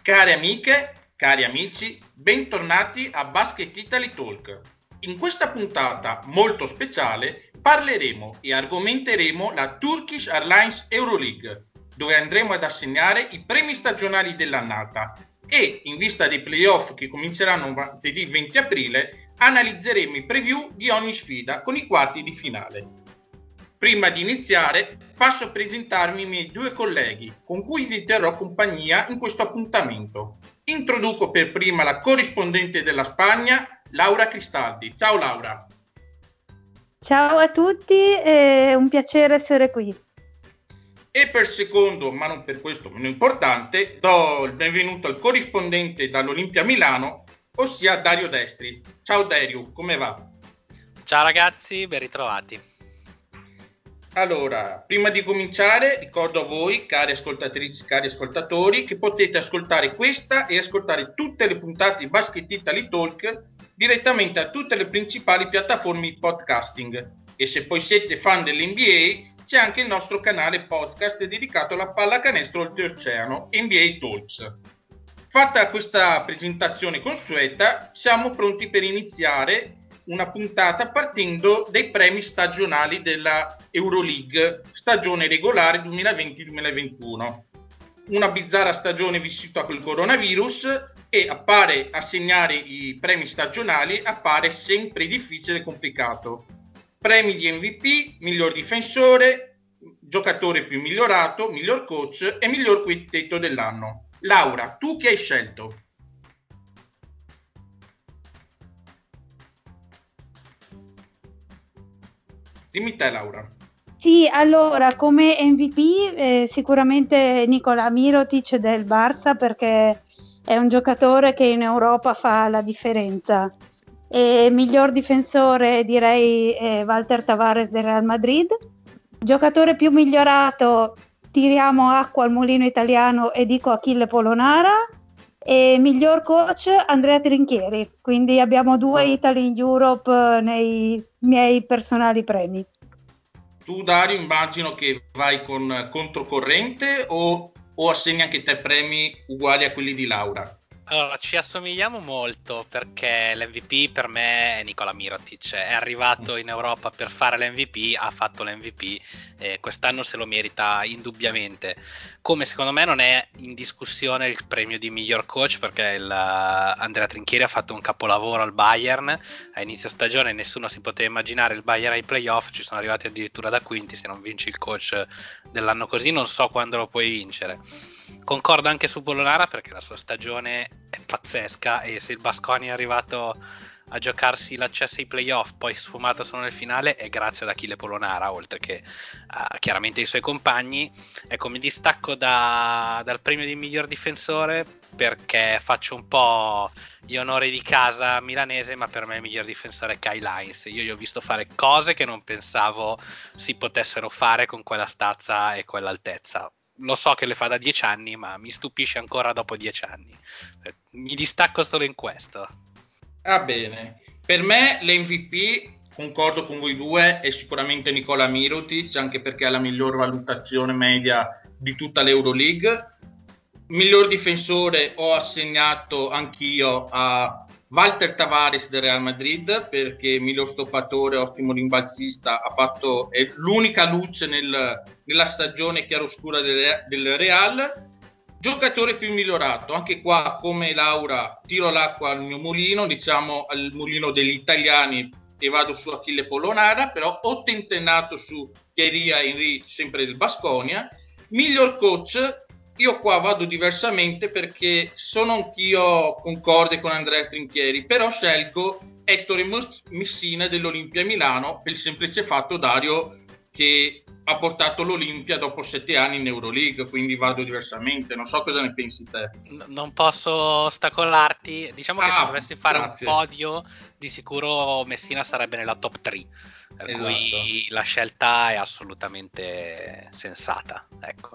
Care amiche, cari amici, bentornati a Basket Italy Talk. In questa puntata molto speciale parleremo e argomenteremo la Turkish Airlines Euroleague, dove andremo ad assegnare i premi stagionali dell'annata e, in vista dei playoff che cominceranno martedì 20 aprile, analizzeremo i preview di ogni sfida con i quarti di finale. Prima di iniziare, passo a presentarmi i miei due colleghi, con cui vi terrò compagnia in questo appuntamento. Introduco per prima la corrispondente della Spagna, Laura Cristaldi. Ciao Laura. Ciao a tutti, è un piacere essere qui. E per secondo, ma non per questo meno importante, do il benvenuto al corrispondente dall'Olimpia Milano, ossia Dario Destri. Ciao Dario, come va? Ciao ragazzi, ben ritrovati. Allora, prima di cominciare, ricordo a voi, cari ascoltatrici, cari ascoltatori, che potete ascoltare questa e ascoltare tutte le puntate di Basket Italy Talk direttamente a tutte le principali piattaforme di podcasting. E se poi siete fan dell'NBA, c'è anche il nostro canale podcast dedicato alla pallacanestro oltreoceano, NBA Talks. Fatta questa presentazione consueta, siamo pronti per iniziare una puntata partendo dai premi stagionali della Euroleague, stagione regolare 2020-2021. Una bizzarra stagione vissuta col coronavirus e appare assegnare i premi stagionali appare sempre difficile e complicato. Premi di MVP, miglior difensore, giocatore più migliorato, miglior coach e miglior quintetto dell'anno. Laura, tu chi hai scelto? Dimmi te, Laura. Sì, allora come MVP sicuramente Nikola Mirotic del Barça, perché è un giocatore che in Europa fa la differenza. E miglior difensore direi Walter Tavares del Real Madrid. Giocatore più migliorato, tiriamo acqua al mulino italiano e dico Achille Polonara. E miglior coach Andrea Trinchieri, quindi abbiamo due Italy in Europe nei miei personali premi. Tu Dario immagino che vai con controcorrente o assegni anche te premi uguali a quelli di Laura? Allora, ci assomigliamo molto perché l'MVP per me è Nikola Mirotic, è arrivato in Europa per fare l'MVP, ha fatto l'MVP e quest'anno se lo merita indubbiamente. Come secondo me non è in discussione il premio di miglior coach, perché Andrea Trinchieri ha fatto un capolavoro al Bayern a inizio stagione, nessuno si poteva immaginare il Bayern ai playoff, ci sono arrivati addirittura da quinti. Se non vinci il coach dell'anno così non so quando lo puoi vincere. Concordo anche su Polonara perché la sua stagione è pazzesca e se il Baskonia è arrivato a giocarsi l'accesso ai playoff poi sfumato solo nel finale è grazie ad Achille Polonara, oltre che chiaramente ai suoi compagni. Ecco, mi distacco dal premio di miglior difensore perché faccio un po' gli onori di casa milanese, ma per me il miglior difensore è Kyle Hines. Io gli ho visto fare cose che non pensavo si potessero fare con quella stazza e quell'altezza. Lo so che le fa da 10 anni, ma mi stupisce ancora dopo 10 anni. Mi distacco solo in questo. Ah, bene. Per me l'MVP, concordo con voi due, è sicuramente Nikola Mirotic, anche perché ha la miglior valutazione media di tutta l'Euroleague. Miglior difensore ho assegnato anch'io a Walter Tavares del Real Madrid, perché miglior stoppatore, ottimo rimbalzista, è l'unica luce nella stagione chiaroscura del Real. Giocatore più migliorato, anche qua come Laura tiro l'acqua al mio mulino, diciamo al mulino degli italiani, e vado su Achille Polonara, però ho tentennato su Thierry Henry, sempre del Baskonia. Miglior coach, io qua vado diversamente perché sono anch'io concorde con Andrea Trinchieri, però scelgo Ettore Messina dell'Olimpia Milano per il semplice fatto, Dario, che ha portato l'Olimpia dopo 7 anni in Euroleague, quindi vado diversamente. Non so cosa ne pensi te. Non posso ostacolarti. Diciamo che se dovessi fare un podio, di sicuro Messina sarebbe nella top 3, per esatto. Cui la scelta è assolutamente sensata, ecco.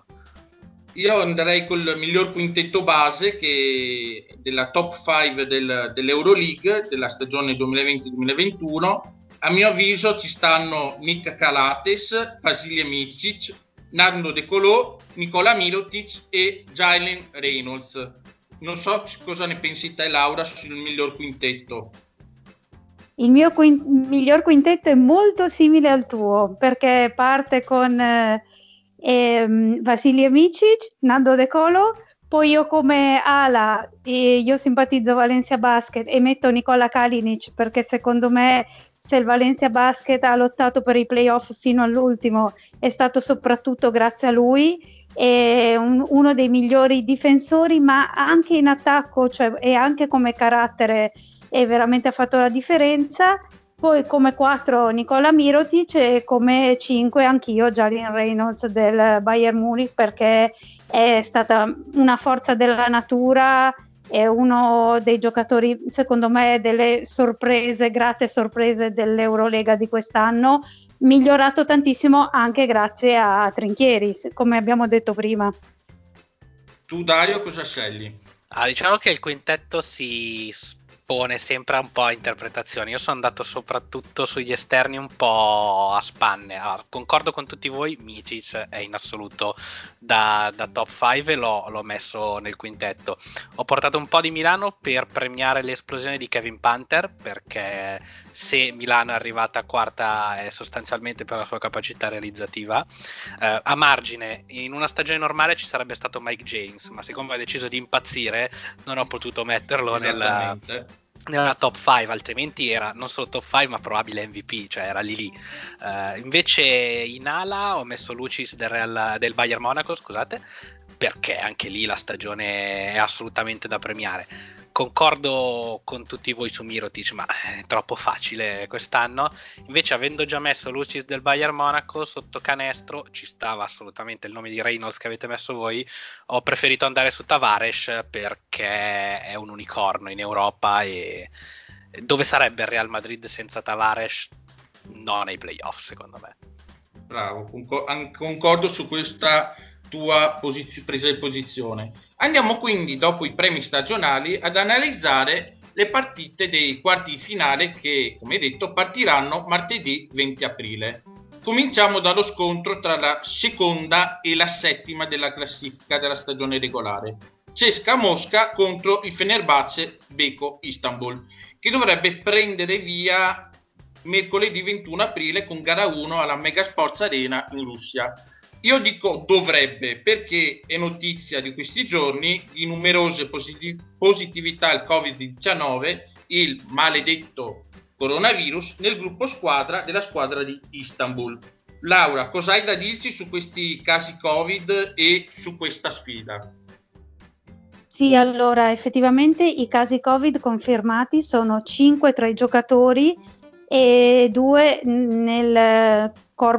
Io andrei col miglior quintetto base che della top 5 dell'Euroleague della stagione 2020-2021. A mio avviso ci stanno Mika Kalates, Vasilije Micic, Nando De Colo, Nikola Mirotic e Jalen Reynolds. Non so cosa ne pensi te, Laura, sul miglior quintetto. Il mio miglior quintetto è molto simile al tuo, perché parte con Vasilije Micic, Nando De Colo, poi io come ala, io simpatizzo Valencia Basket e metto Nikola Kalinic, perché secondo me se il Valencia Basket ha lottato per i playoff fino all'ultimo è stato soprattutto grazie a lui. È uno dei migliori difensori, ma anche in attacco, cioè, e anche come carattere, e veramente ha fatto la differenza. Poi come 4 Nikola Mirotic e come 5 anch'io Jalen Reynolds del Bayern Munich, perché è stata una forza della natura, è uno dei giocatori, secondo me, delle sorprese, grate sorprese dell'Eurolega di quest'anno, migliorato tantissimo anche grazie a Trinchieri, come abbiamo detto prima. Tu, Dario, cosa scegli? Diciamo che il quintetto si pone sempre un po' a interpretazioni. Io sono andato soprattutto sugli esterni un po' a spanne. Concordo con tutti voi, Micic è in assoluto da top 5 e l'ho messo nel quintetto. Ho portato un po' di Milano per premiare l'esplosione di Kevin Panther, perché se Milano è arrivata quarta è sostanzialmente per la sua capacità realizzativa. A margine, in una stagione normale ci sarebbe stato Mike James, ma siccome ha deciso di impazzire non ho potuto metterlo nella top 5, altrimenti era non solo top 5 ma probabile MVP, cioè era lì. Invece in ala ho messo Lucic del Bayern Monaco, scusate, perché anche lì la stagione è assolutamente da premiare. Concordo con tutti voi su Mirotic, ma è troppo facile quest'anno. Invece, avendo già messo Lucic del Bayern Monaco sotto canestro, ci stava assolutamente il nome di Reynolds che avete messo voi. Ho preferito andare su Tavares perché è un unicorno in Europa, e dove sarebbe il Real Madrid senza Tavares? No, nei playoff, secondo me. Bravo, concordo su questa tua presa di posizione. Andiamo quindi, dopo i premi stagionali, ad analizzare le partite dei quarti di finale che, come detto, partiranno martedì 20 aprile. Cominciamo dallo scontro tra la seconda e la settima della classifica della stagione regolare. CSKA Mosca contro il Fenerbahce Beko Istanbul, che dovrebbe prendere via mercoledì 21 aprile con gara 1 alla Megasports Arena in Russia. Io dico dovrebbe perché è notizia di questi giorni di numerose positività al Covid-19, il maledetto coronavirus, nel gruppo squadra della squadra di Istanbul. Laura, cosa hai da dirci su questi casi Covid e su questa sfida? Sì, allora effettivamente i casi Covid confermati sono 5 tra i giocatori e 2 nel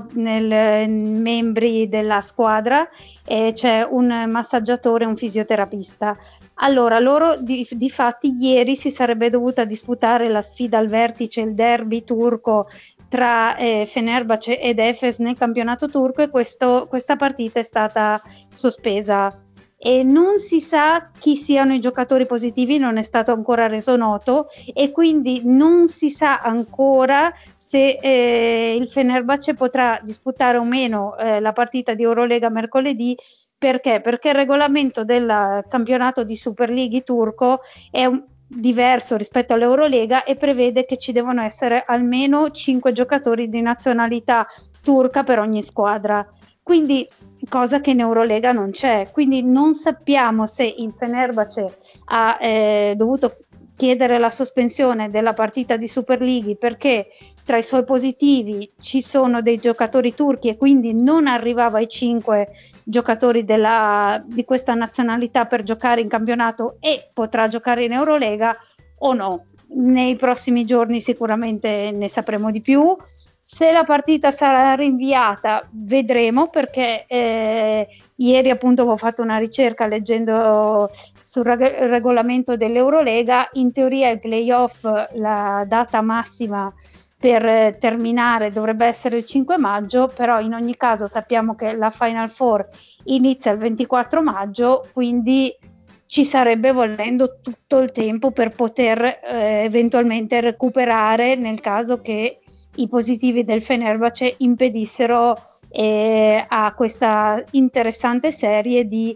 membri della squadra, e c'è un massaggiatore e un fisioterapista. Allora, loro difatti ieri si sarebbe dovuta disputare la sfida al vertice, il derby turco tra Fenerbahce ed Efes nel campionato turco, e questa partita è stata sospesa. E non si sa chi siano i giocatori positivi, non è stato ancora reso noto, e quindi non si sa ancora se il Fenerbahce potrà disputare o meno la partita di Eurolega mercoledì. Perché? Perché il regolamento del campionato di Super League turco è diverso rispetto all'Eurolega e prevede che ci devono essere almeno 5 giocatori di nazionalità turca per ogni squadra. Quindi, cosa che in Eurolega non c'è, quindi non sappiamo se il Fenerbahce ha dovuto chiedere la sospensione della partita di Super League perché tra i suoi positivi ci sono dei giocatori turchi e quindi non arrivava ai 5 giocatori di questa nazionalità per giocare in campionato e potrà giocare in Eurolega o no. Nei prossimi giorni sicuramente ne sapremo di più. Se la partita sarà rinviata vedremo, perché ieri appunto avevo fatto una ricerca leggendo sul regolamento dell'Eurolega. In teoria il playoff, la data massima per terminare dovrebbe essere il 5 maggio, però in ogni caso sappiamo che la Final Four inizia il 24 maggio, quindi ci sarebbe, volendo, tutto il tempo per poter eventualmente recuperare nel caso che i positivi del Fenerbahce impedissero a questa interessante serie di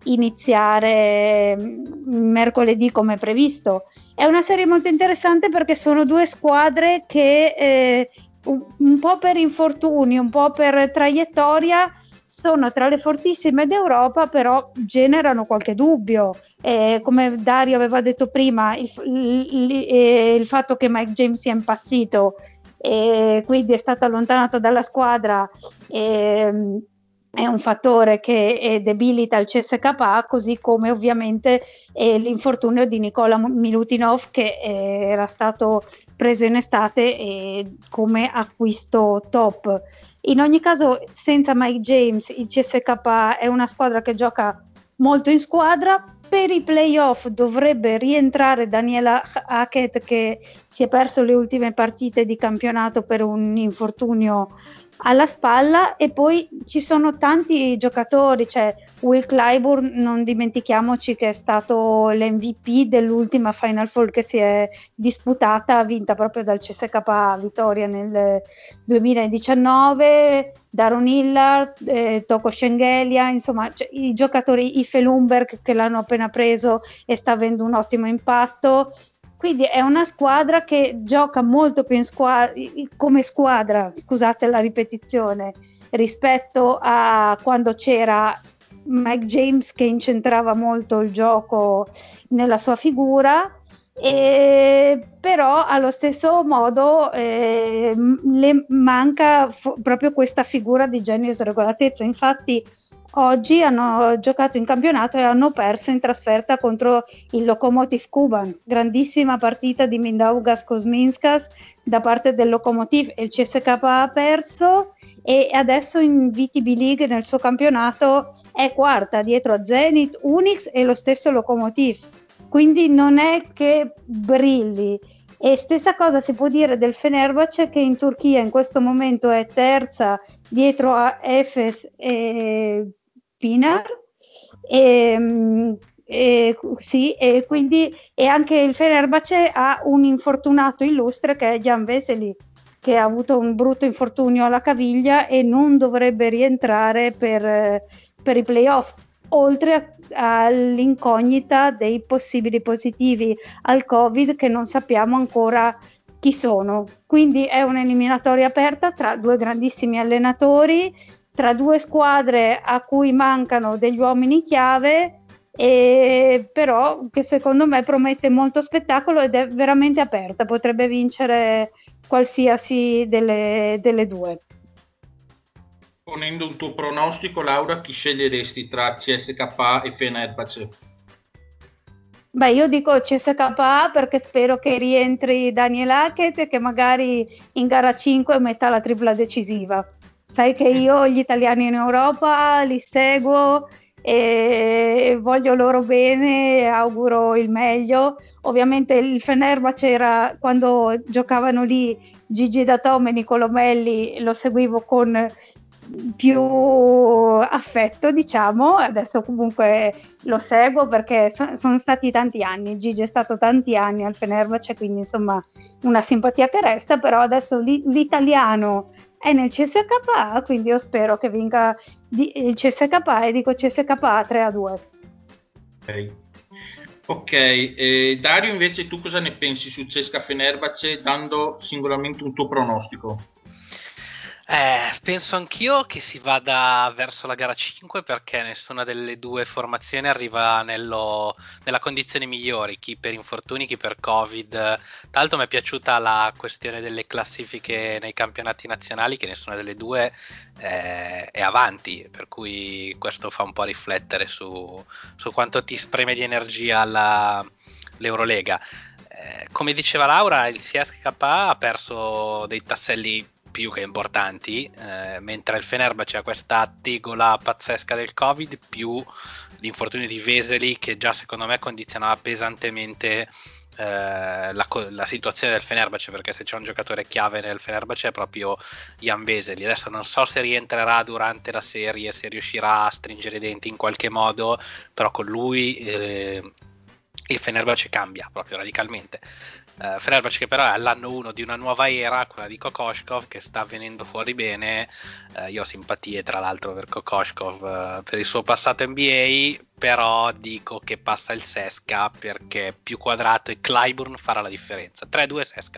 iniziare mercoledì come previsto. È una serie molto interessante perché sono due squadre che un po' per infortuni, un po' per traiettoria sono tra le fortissime d'Europa, però generano qualche dubbio. Come Dario aveva detto prima, il fatto che Mike James sia impazzito e quindi è stato allontanato dalla squadra è un fattore che debilita il CSKA, così come ovviamente l'infortunio di Nikola Milutinov, che era stato preso in estate come acquisto top. In ogni caso, senza Mike James, il CSKA è una squadra che gioca molto in squadra. Per i playoff dovrebbe rientrare Daniela Hackett, che si è perso le ultime partite di campionato per un infortunio alla spalla, e poi ci sono tanti giocatori, c'è Will Clyburn, non dimentichiamoci che è stato l'MVP dell'ultima Final Four che si è disputata, vinta proprio dal CSKA Vitoria nel 2019, Daron Hillard, Toko Schengelia, insomma i giocatori, Ife Lundberg, che l'hanno appena preso e sta avendo un ottimo impatto. Quindi è una squadra che gioca molto più come squadra, scusate la ripetizione, rispetto a quando c'era Mike James, che incentrava molto il gioco nella sua figura, però allo stesso modo le manca proprio questa figura di genio e sregolatezza. Infatti oggi hanno giocato in campionato e hanno perso in trasferta contro il Lokomotiv Kuban, grandissima partita di Mindaugas Kuzminskas da parte del Lokomotiv, e il CSKA ha perso e adesso in VTB League nel suo campionato è quarta dietro a Zenit, Unix e lo stesso Lokomotiv, quindi non è che brilli. E stessa cosa si può dire del Fenerbahce, che in Turchia in questo momento è terza dietro a Efes e Pinar, e quindi anche il Fenerbahce ha un infortunato illustre che è Jan Vesely, che ha avuto un brutto infortunio alla caviglia e non dovrebbe rientrare per i playoff, oltre all'incognita dei possibili positivi al Covid che non sappiamo ancora chi sono. Quindi è un'eliminatoria aperta tra due grandissimi allenatori, tra due squadre a cui mancano degli uomini chiave, però che secondo me promette molto spettacolo ed è veramente aperta, potrebbe vincere qualsiasi delle due. Ponendo un tuo pronostico, Laura, chi sceglieresti tra CSKA e Fenerbahce? Beh, io dico CSKA perché spero che rientri Daniel Hackett e che magari in gara 5 metta la tripla decisiva. Sai che io gli italiani in Europa li seguo e voglio loro bene e auguro il meglio. Ovviamente il Fenerbahce era, quando giocavano lì Gigi Datome e Niccolò Melli, lo seguivo con più affetto, diciamo. Adesso comunque lo seguo perché sono stati tanti anni, Gigi è stato tanti anni al Fenerbahce, quindi insomma una simpatia che resta, però adesso l'italiano è nel CSKA, quindi io spero che vinca il CSKA e dico CSKA 3-2. Ok, Dario, invece tu cosa ne pensi su CSKA Fenerbahce, dando singolarmente un tuo pronostico? Penso anch'io che si vada verso la gara 5 perché nessuna delle due formazioni arriva nella condizione migliore, chi per infortuni, chi per Covid. Tra l'altro mi è piaciuta la questione delle classifiche nei campionati nazionali, che nessuna delle due è avanti, per cui questo fa un po' riflettere su quanto ti spreme di energia l'Eurolega. Come diceva Laura, il CSKA ha perso dei tasselli più che importanti, mentre il Fenerbahce ha questa tegola pazzesca del Covid, più l'infortunio di Vesely, che già secondo me condizionava pesantemente la situazione del Fenerbahce, perché se c'è un giocatore chiave nel Fenerbahce è proprio Jan Vesely. Adesso non so se rientrerà durante la serie, se riuscirà a stringere i denti in qualche modo, però con lui il Fenerbahce cambia proprio radicalmente. Fenerbahce che però è all'anno 1 di una nuova era, quella di Kokoškov, che sta venendo fuori bene. Io ho simpatie tra l'altro per Kokoškov, per il suo passato NBA, però dico che passa il Sesca perché è più quadrato e Clyburn farà la differenza. 3-2 Sesca.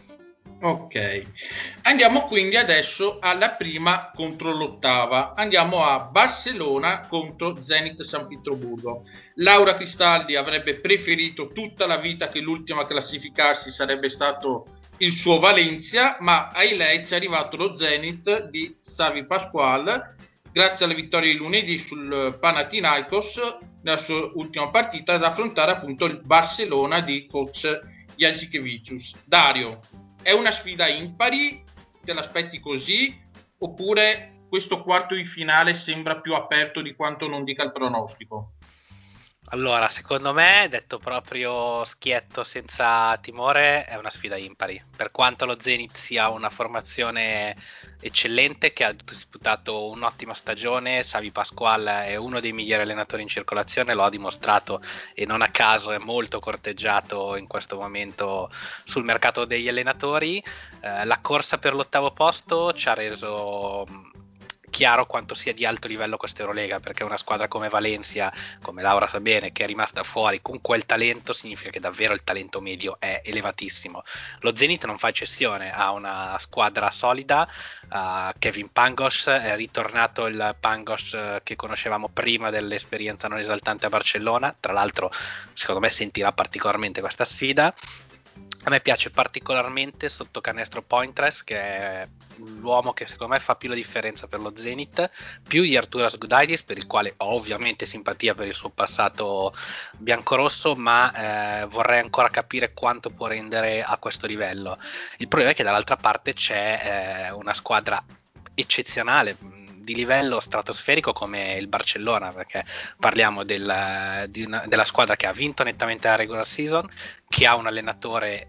Ok, andiamo quindi adesso alla prima contro l'ottava. Andiamo a Barcellona contro Zenit San Pietroburgo. Laura Cristaldi avrebbe preferito tutta la vita che l'ultima a classificarsi sarebbe stato il suo Valencia, ma ai lei ci è arrivato lo Zenit di Xavi Pascual grazie alla vittoria di lunedì sul Panathinaikos nella sua ultima partita, ad affrontare appunto il Barcellona di coach Jasikevičius. Dario, è una sfida impari? Te l'aspetti così? Oppure questo quarto di finale sembra più aperto di quanto non dica il pronostico? Allora, secondo me, detto proprio schietto senza timore, è una sfida impari. Per quanto lo Zenit sia una formazione eccellente che ha disputato un'ottima stagione, Xavi Pascual è uno dei migliori allenatori in circolazione, lo ha dimostrato e non a caso è molto corteggiato in questo momento sul mercato degli allenatori. La corsa per l'ottavo posto ci ha reso chiaro quanto sia di alto livello questa Eurolega, perché una squadra come Valencia, come Laura sa bene, che è rimasta fuori con quel talento, significa che davvero il talento medio è elevatissimo. Lo Zenit non fa eccezione, ha una squadra solida, Kevin Pangos è ritornato, il Pangos che conoscevamo prima dell'esperienza non esaltante a Barcellona, tra l'altro secondo me sentirà particolarmente questa sfida. A me piace particolarmente sotto canestro Pointress, che è l'uomo che secondo me fa più la differenza per lo Zenit, più di Arturas Gudaitis, per il quale ho ovviamente simpatia per il suo passato biancorosso, ma vorrei ancora capire quanto può rendere a questo livello. Il problema è che dall'altra parte c'è una squadra eccezionale, di livello stratosferico come il Barcellona, perché parliamo della squadra che ha vinto nettamente la regular season, che ha un allenatore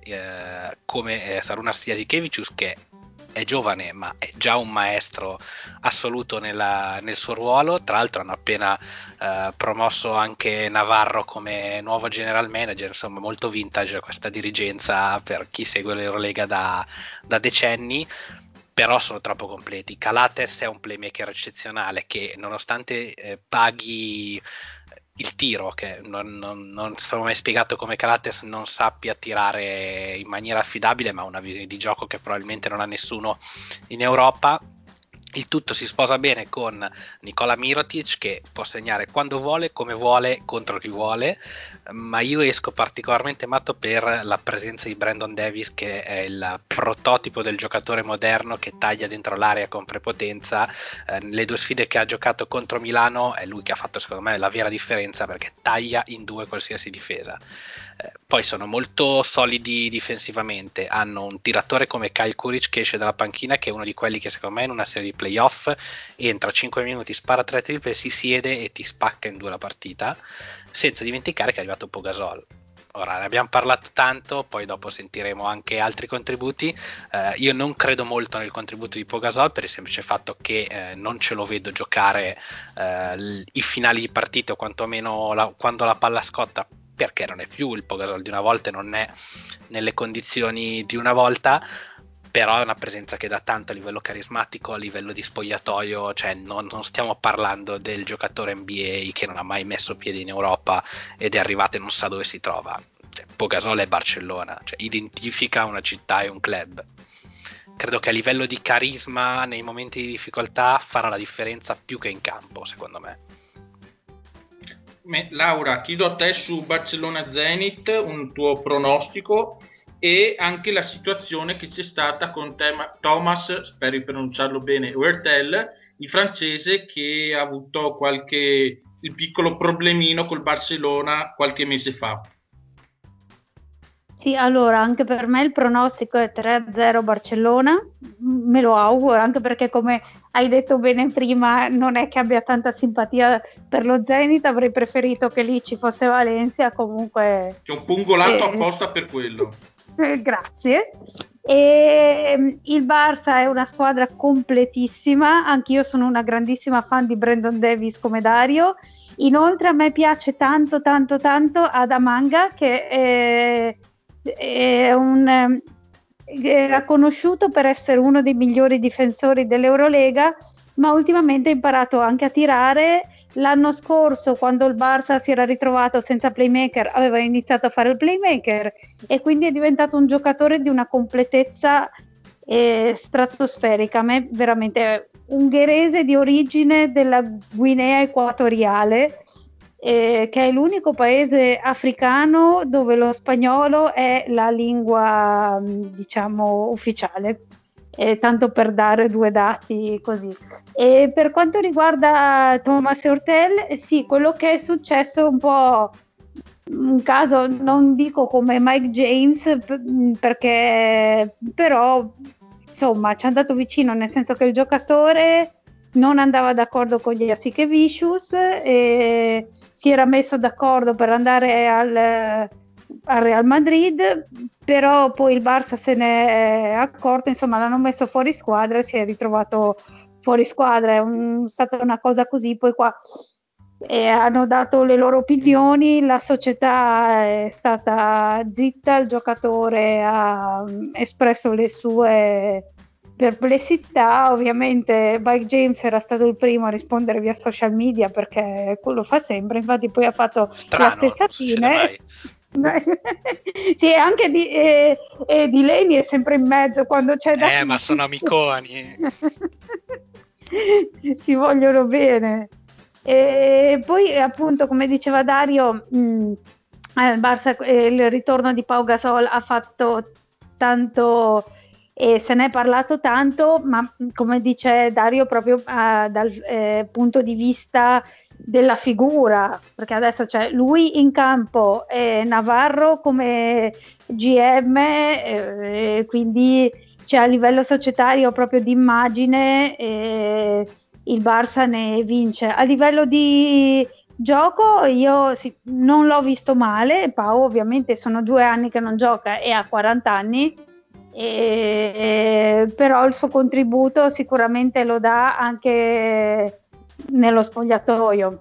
come Šarūnas Jasikevičius, che è giovane ma è già un maestro assoluto nel suo ruolo. Tra l'altro hanno appena promosso anche Navarro come nuovo general manager, insomma molto vintage questa dirigenza per chi segue l'Eurolega da decenni. Però sono troppo completi. Calates è un playmaker eccezionale che, nonostante paghi il tiro, che non sono mai spiegato come Calates non sappia tirare in maniera affidabile, ma ha una visione di gioco che probabilmente non ha nessuno in Europa. Il tutto si sposa bene con Nikola Mirotic, che può segnare quando vuole, come vuole, contro chi vuole, ma io esco particolarmente matto per la presenza di Brandon Davis, che è il prototipo del giocatore moderno che taglia dentro l'area con prepotenza. Le due sfide che ha giocato contro Milano è lui che ha fatto secondo me la vera differenza, perché taglia in due qualsiasi difesa. Poi sono molto solidi difensivamente, hanno un tiratore come Kyle Kuric che esce dalla panchina, che è uno di quelli che secondo me in una serie di playoff entra 5 minuti, spara 3 triple, si siede e ti spacca in due la partita, senza dimenticare che è arrivato Pogazol. Ora ne abbiamo parlato tanto, poi dopo sentiremo anche altri contributi. Io non credo molto nel contributo di Pogazol per il semplice fatto che non ce lo vedo giocare i finali di partita, o quantomeno quando la palla scotta, perché non è più il Pogazol di una volta e non è nelle condizioni di una volta, però è una presenza che dà tanto a livello carismatico, a livello di spogliatoio, cioè non stiamo parlando del giocatore NBA che non ha mai messo piede in Europa ed è arrivato e non sa dove si trova. Pogazol è Barcellona, cioè identifica una città e un club. Credo che a livello di carisma nei momenti di difficoltà farà la differenza più che in campo, secondo me. Laura, chiedo a te su Barcellona Zenit un tuo pronostico e anche la situazione che c'è stata con Thomas, spero di pronunciarlo bene, Huertel, il francese che ha avuto il piccolo problemino col Barcellona qualche mese fa. Sì, allora anche per me il pronostico è 3-0 Barcellona, me lo auguro, anche perché come hai detto bene prima non è che abbia tanta simpatia per lo Zenit, avrei preferito che lì ci fosse Valencia, comunque... C'è un pungolato apposta per quello. Grazie. E il Barça è una squadra completissima, anch'io sono una grandissima fan di Brandon Davis come Dario, Inoltre a me piace tanto tanto tanto Adamanga, che era conosciuto per essere uno dei migliori difensori dell'Eurolega, ma ultimamente ha imparato anche a tirare. L'anno scorso, quando il Barça si era ritrovato senza playmaker, aveva iniziato a fare il playmaker e quindi è diventato un giocatore di una completezza stratosferica. A me veramente ungherese, di origine della Guinea Equatoriale, che è l'unico paese africano dove lo spagnolo è la lingua, diciamo, ufficiale. Tanto per dare due dati così. E per quanto riguarda Thomas Hurtel, sì, quello che è successo un po' un caso, non dico come Mike James, perché però insomma ci è andato vicino, nel senso che il giocatore non andava d'accordo con gli Jasikevičius e si era messo d'accordo per andare al Real Madrid, però poi il Barça se ne è accorto, insomma l'hanno messo fuori squadra e si è ritrovato fuori squadra. È stata una cosa così, poi qua hanno dato le loro opinioni, la società è stata zitta, il giocatore ha espresso le sue perplessità. Ovviamente Mike James era stato il primo a rispondere via social media, perché quello fa sempre, infatti poi ha fatto la stessa fine. Sì, anche di Leni è sempre in mezzo quando c'è da ma sono amiconi. Si vogliono bene. E poi appunto, come diceva Dario, al Barça il ritorno di Pau Gasol ha fatto tanto e se ne è parlato tanto, ma come dice Dario proprio dal punto di vista della figura, perché adesso c'è lui in campo e Navarro come GM, quindi c'è a livello societario proprio di immagine, il Barça ne vince. A livello di gioco io non l'ho visto male. Pau ovviamente sono 2 anni che non gioca e ha 40 anni, però il suo contributo sicuramente lo dà anche nello spogliatoio.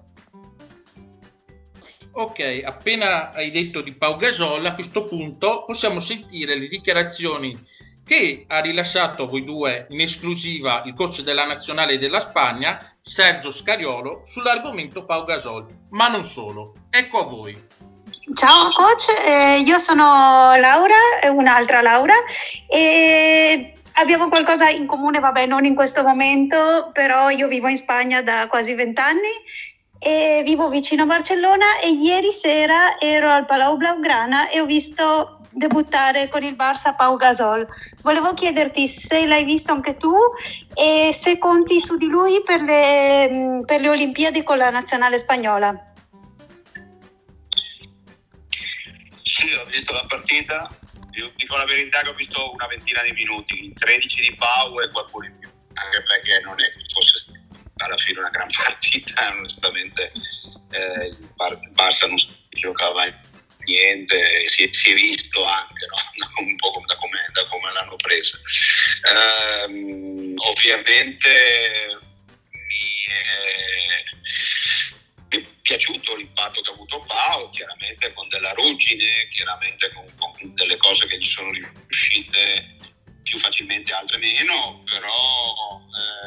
Ok, appena hai detto di Pau Gasol, a questo punto possiamo sentire le dichiarazioni che ha rilasciato a voi due in esclusiva il coach della nazionale della Spagna, Sergio Scariolo, sull'argomento Pau Gasol, ma non solo. Ecco a voi. Ciao coach, io sono Laura, un'altra Laura, e abbiamo qualcosa in comune, vabbè, non in questo momento, però io vivo in Spagna da quasi 20 anni e vivo vicino a Barcellona, e ieri sera ero al Palau Blaugrana e ho visto debuttare con il Barça Pau Gasol. Volevo chiederti se l'hai visto anche tu e se conti su di lui per le Olimpiadi con la nazionale spagnola. Sì, ho visto la partita, io dico la verità che ho visto una ventina di minuti, 13 di Pau e qualcuno in più, anche perché non è che fosse alla fine una gran partita, onestamente il Barça non si giocava niente, si è visto anche, no? Un po' da come l'hanno presa. Ovviamente mi è piaciuto l'impatto che ha avuto Pau, chiaramente con della ruggine, chiaramente con delle cose che gli sono riuscite più facilmente, altre meno, però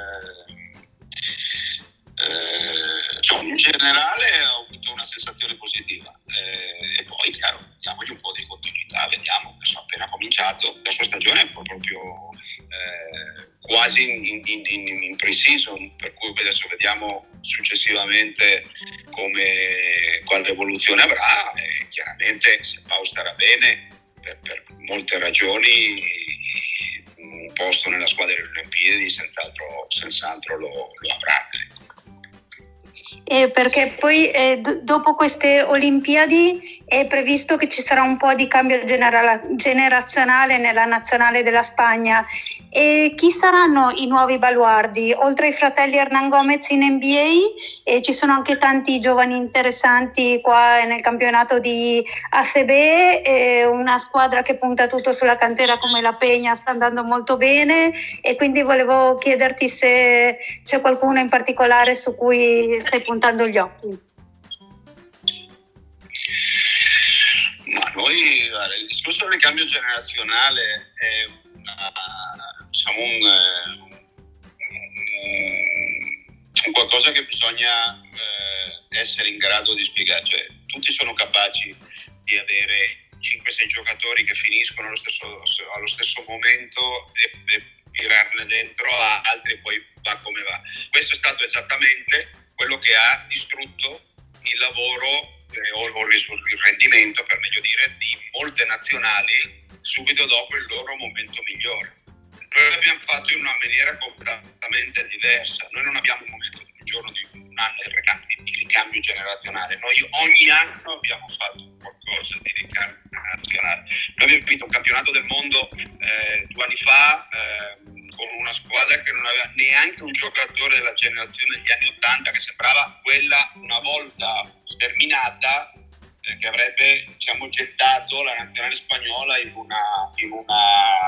in generale ho avuto una sensazione positiva, e poi chiaro, diamogli un po' di continuità, vediamo, adesso ha appena cominciato la sua stagione, è proprio quasi in pre-season, per cui adesso vediamo successivamente quale evoluzione avrà, e chiaramente se Pau starà bene per molte ragioni un posto nella squadra delle Olimpiadi senz'altro lo avrà. Perché poi dopo queste Olimpiadi è previsto che ci sarà un po' di cambio generazionale nella nazionale della Spagna. E chi saranno i nuovi baluardi? Oltre ai fratelli Hernán Gómez in NBA, ci sono anche tanti giovani interessanti qua nel campionato di ACB, una squadra che punta tutto sulla cantera come la Peña sta andando molto bene, e quindi volevo chiederti se c'è qualcuno in particolare su cui stai puntando gli occhi. Noi, guarda, il discorso del cambio generazionale è un qualcosa che bisogna essere in grado di spiegare. Cioè, tutti sono capaci di avere 5-6 giocatori che finiscono allo stesso momento e tirarne dentro a altri e poi va come va. Questo è stato esattamente quello che ha distrutto il lavoro o il rendimento, per meglio dire, di molte nazionali subito dopo il loro momento migliore. Noi l'abbiamo fatto in una maniera completamente diversa. Noi non abbiamo un momento di un giorno, di un anno di ricambio generazionale. Noi ogni anno abbiamo fatto qualcosa di ricambio generazionale. Noi abbiamo vinto un campionato del mondo 2 anni fa con una squadra che non aveva neanche un giocatore della generazione degli anni 80, che sembrava quella una volta sterminata che avrebbe, diciamo, gettato la nazionale spagnola in una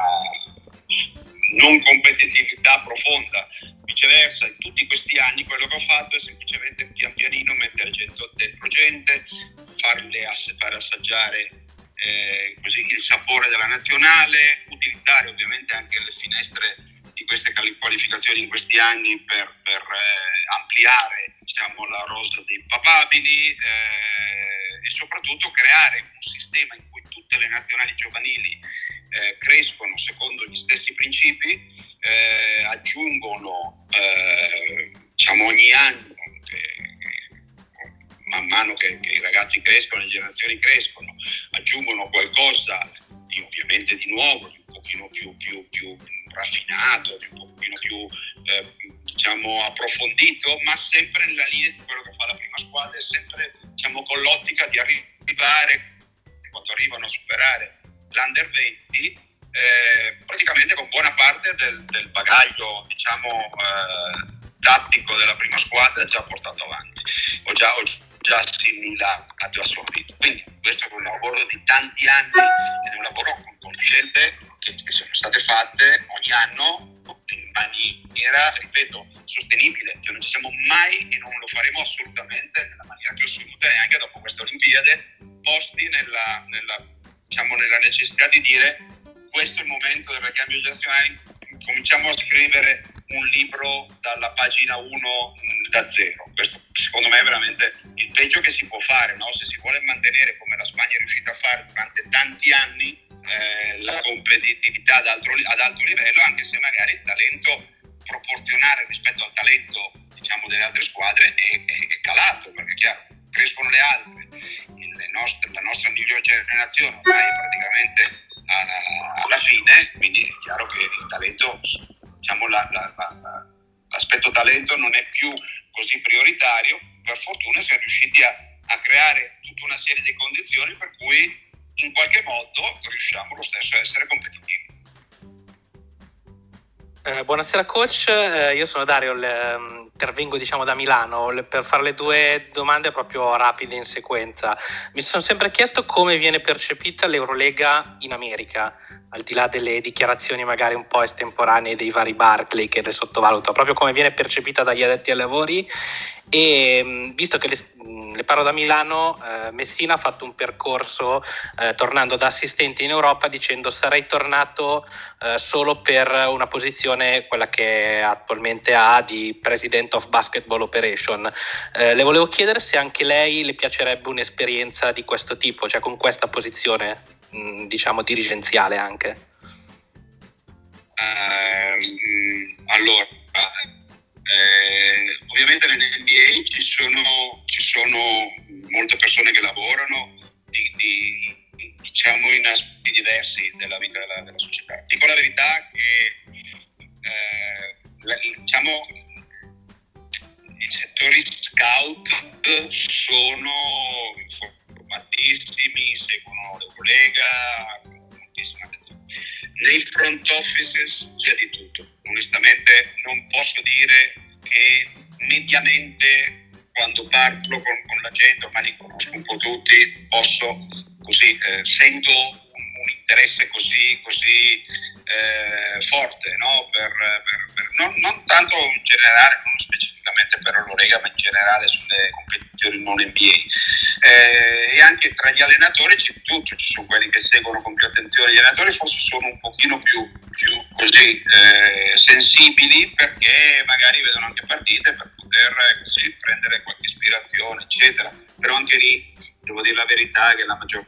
non competitività profonda. Viceversa, in tutti questi anni quello che ho fatto è semplicemente pian pianino mettere dentro gente, fare assaggiare così il sapore della nazionale, utilizzare ovviamente anche le finestre di queste qualificazioni in questi anni per ampliare, diciamo, la rosa dei papabili e soprattutto creare un sistema in cui tutte le nazionali giovanili crescono secondo gli stessi principi, aggiungono diciamo ogni anno, man mano che i ragazzi crescono, le generazioni crescono, aggiungono qualcosa di ovviamente di nuovo, di un pochino più raffinato, di un pochino più diciamo approfondito, ma sempre nella linea di quello che fa la prima squadra, e sempre, diciamo, con l'ottica di arrivare, quando arrivano a superare l'Under 20, praticamente con buona parte del bagaglio, diciamo, tattico della prima squadra già portato avanti, ho già assimilato e assorbito. Quindi questo è un lavoro di tanti anni ed è un lavoro con scelte che sono state fatte ogni anno in maniera, ripeto, sostenibile. Cioè, non ci siamo mai, e non lo faremo assolutamente nella maniera più assoluta neanche dopo queste Olimpiadi, posti nella necessità di dire questo è il momento del ricambio generazionale, cominciamo a scrivere un libro dalla pagina 1 da zero. Questo secondo me è veramente il peggio che si può fare, no? Se si vuole mantenere, come la Spagna è riuscita a fare durante tanti anni, la competitività ad alto livello, anche se magari il talento proporzionale rispetto al talento, diciamo, delle altre squadre è calato, perché è chiaro, crescono le altre, la nostra migliore generazione ormai è praticamente alla fine, quindi è chiaro che il talento, diciamo, l'aspetto talento non è più così prioritario. Per fortuna siamo riusciti a creare tutta una serie di condizioni per cui in qualche modo riusciamo lo stesso a essere competitivi. Buonasera coach, io sono Dario, intervengo, diciamo, da Milano per fare le 2 domande proprio rapide in sequenza. Mi sono sempre chiesto come viene percepita l'Eurolega in America, al di là delle dichiarazioni magari un po' estemporanee dei vari Barclay che le sottovaluto, proprio come viene percepita dagli addetti ai lavori. E visto che le parlo da Milano, Messina ha fatto un percorso tornando da assistente in Europa dicendo sarei tornato solo per una posizione, quella che attualmente ha, di President of Basketball Operation. Le volevo chiedere se anche lei le piacerebbe un'esperienza di questo tipo, cioè con questa posizione diciamo dirigenziale anche. Allora, ovviamente nell'NBA ci sono molte persone che lavorano diciamo in aspetti diversi della vita della società. Dico la verità che diciamo i settori scout sono informatissimi, seguono l'Eurolega con moltissima attenzione. Nei front offices c'è di tutto. Onestamente non posso dire che mediamente, quando parlo con la gente, ormai li conosco un po' tutti, posso così sento un interesse così forte, no? Non tanto in generale, non specificamente per l'Eurolega, ma in generale sulle competizioni non NBA. E anche anche tra gli allenatori c'è tutto, ci sono quelli che seguono con più attenzione, gli allenatori forse sono un pochino più così sensibili, perché magari vedono anche partite per poter così prendere qualche ispirazione, eccetera. Però anche lì devo dire la verità che nella maggior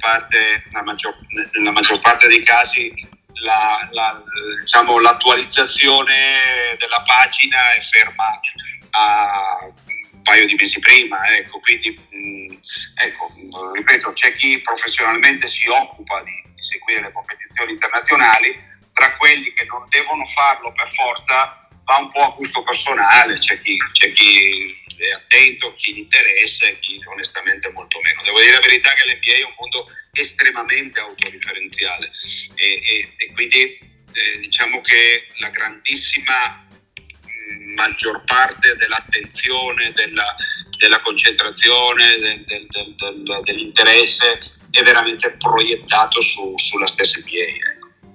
parte dei casi diciamo, l'attualizzazione della pagina è ferma a un paio di mesi prima, ecco. Quindi ripeto, c'è chi professionalmente si occupa di seguire le competizioni internazionali, tra quelli che non devono farlo per forza va un po' a gusto personale, c'è chi è attento, chi gli interessa e chi onestamente molto meno. Devo dire la verità che l'NBA è un mondo estremamente autoreferenziale e quindi diciamo che la grandissima maggior parte dell'attenzione, della concentrazione, dell'interesse è veramente proiettato sulla stessa NBA.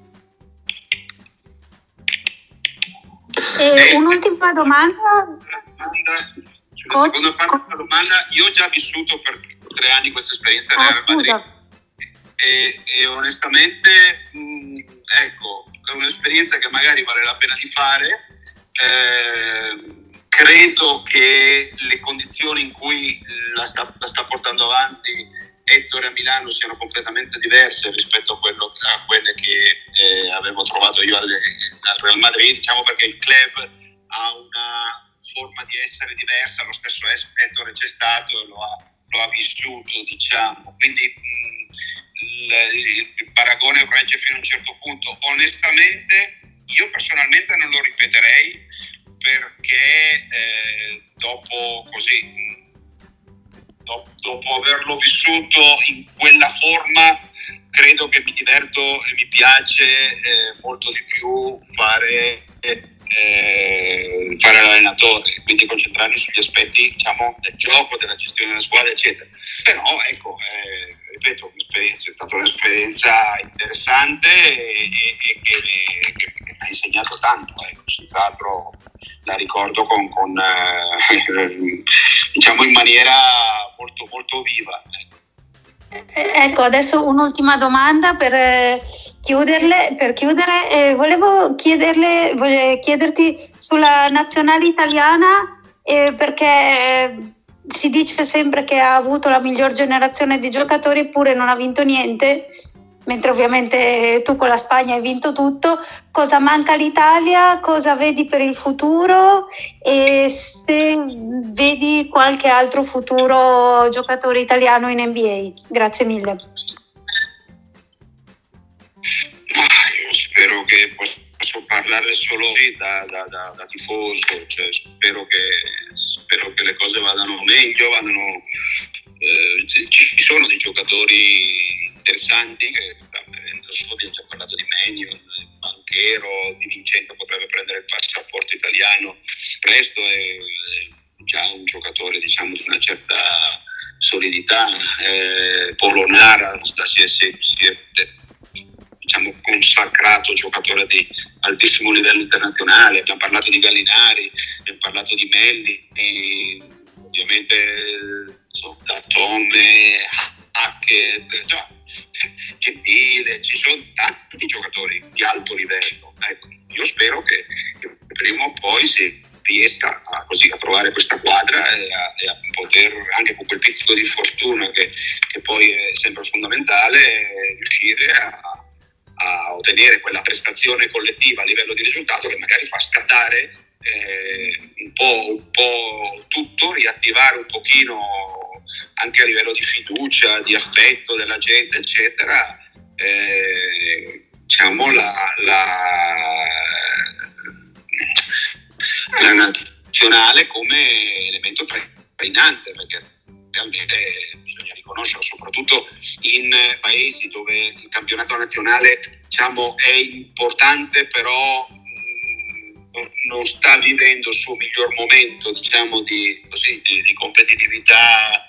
Un'ultima domanda. Sulla seconda parte della domanda, io ho già vissuto per 3 anni questa esperienza nel Real Madrid e onestamente ecco, è un'esperienza che magari vale la pena di fare. Credo che le condizioni in cui la sta portando avanti Ettore a Milano siano completamente diverse rispetto a quelle che avevo trovato io al Real Madrid, diciamo, perché il club ha una forma di essere diversa, lo stesso Ettore c'è stato e lo ha vissuto, diciamo, quindi il paragone regge fino a un certo punto. Onestamente io personalmente non lo ripeterei, perché dopo averlo vissuto in quella forma credo che mi diverto e mi piace molto di più fare l'allenatore, quindi concentrarmi sugli aspetti, diciamo, del gioco, della gestione della squadra, eccetera. Però ecco, ripeto, è stata un'esperienza interessante e che mi ha insegnato tanto, senz'altro la ricordo con diciamo in maniera molto molto viva. Ecco, adesso un'ultima domanda per chiudere. Volevo chiederti sulla nazionale italiana, perché si dice sempre che ha avuto la miglior generazione di giocatori, eppure non ha vinto niente, mentre ovviamente tu con la Spagna hai vinto tutto. Cosa manca all'Italia? Cosa vedi per il futuro? E se vedi qualche altro futuro giocatore italiano in NBA? Grazie mille. Io spero che posso parlare solo da tifoso, cioè spero che le cose vadano meglio, ci sono dei giocatori interessanti che stanno prendendo abbiamo già parlato di Mannion, Banchero, Di Vincenzo potrebbe prendere il passaporto italiano presto, è già un giocatore, diciamo, di una certa solidità. Polonara si è diciamo consacrato giocatore di altissimo livello internazionale. Abbiamo parlato di Gallinari, abbiamo parlato di Melli, ovviamente da Tome, Hackett, Gentile, ci sono tanti giocatori di alto livello. Ecco, io spero che prima o poi si riesca a trovare questa quadra e a poter, anche con quel pizzico di fortuna che poi è sempre fondamentale, riuscire a ottenere quella prestazione collettiva a livello di risultato che magari fa scattare un po' tutto, riattivare un pochino anche a livello di fiducia, di affetto della gente, eccetera. Diciamo la nazionale come elemento trainante, perché realmente bisogna riconoscerlo, soprattutto in paesi dove il campionato nazionale, diciamo, è importante, però non sta vivendo il suo miglior momento, diciamo, di competitività,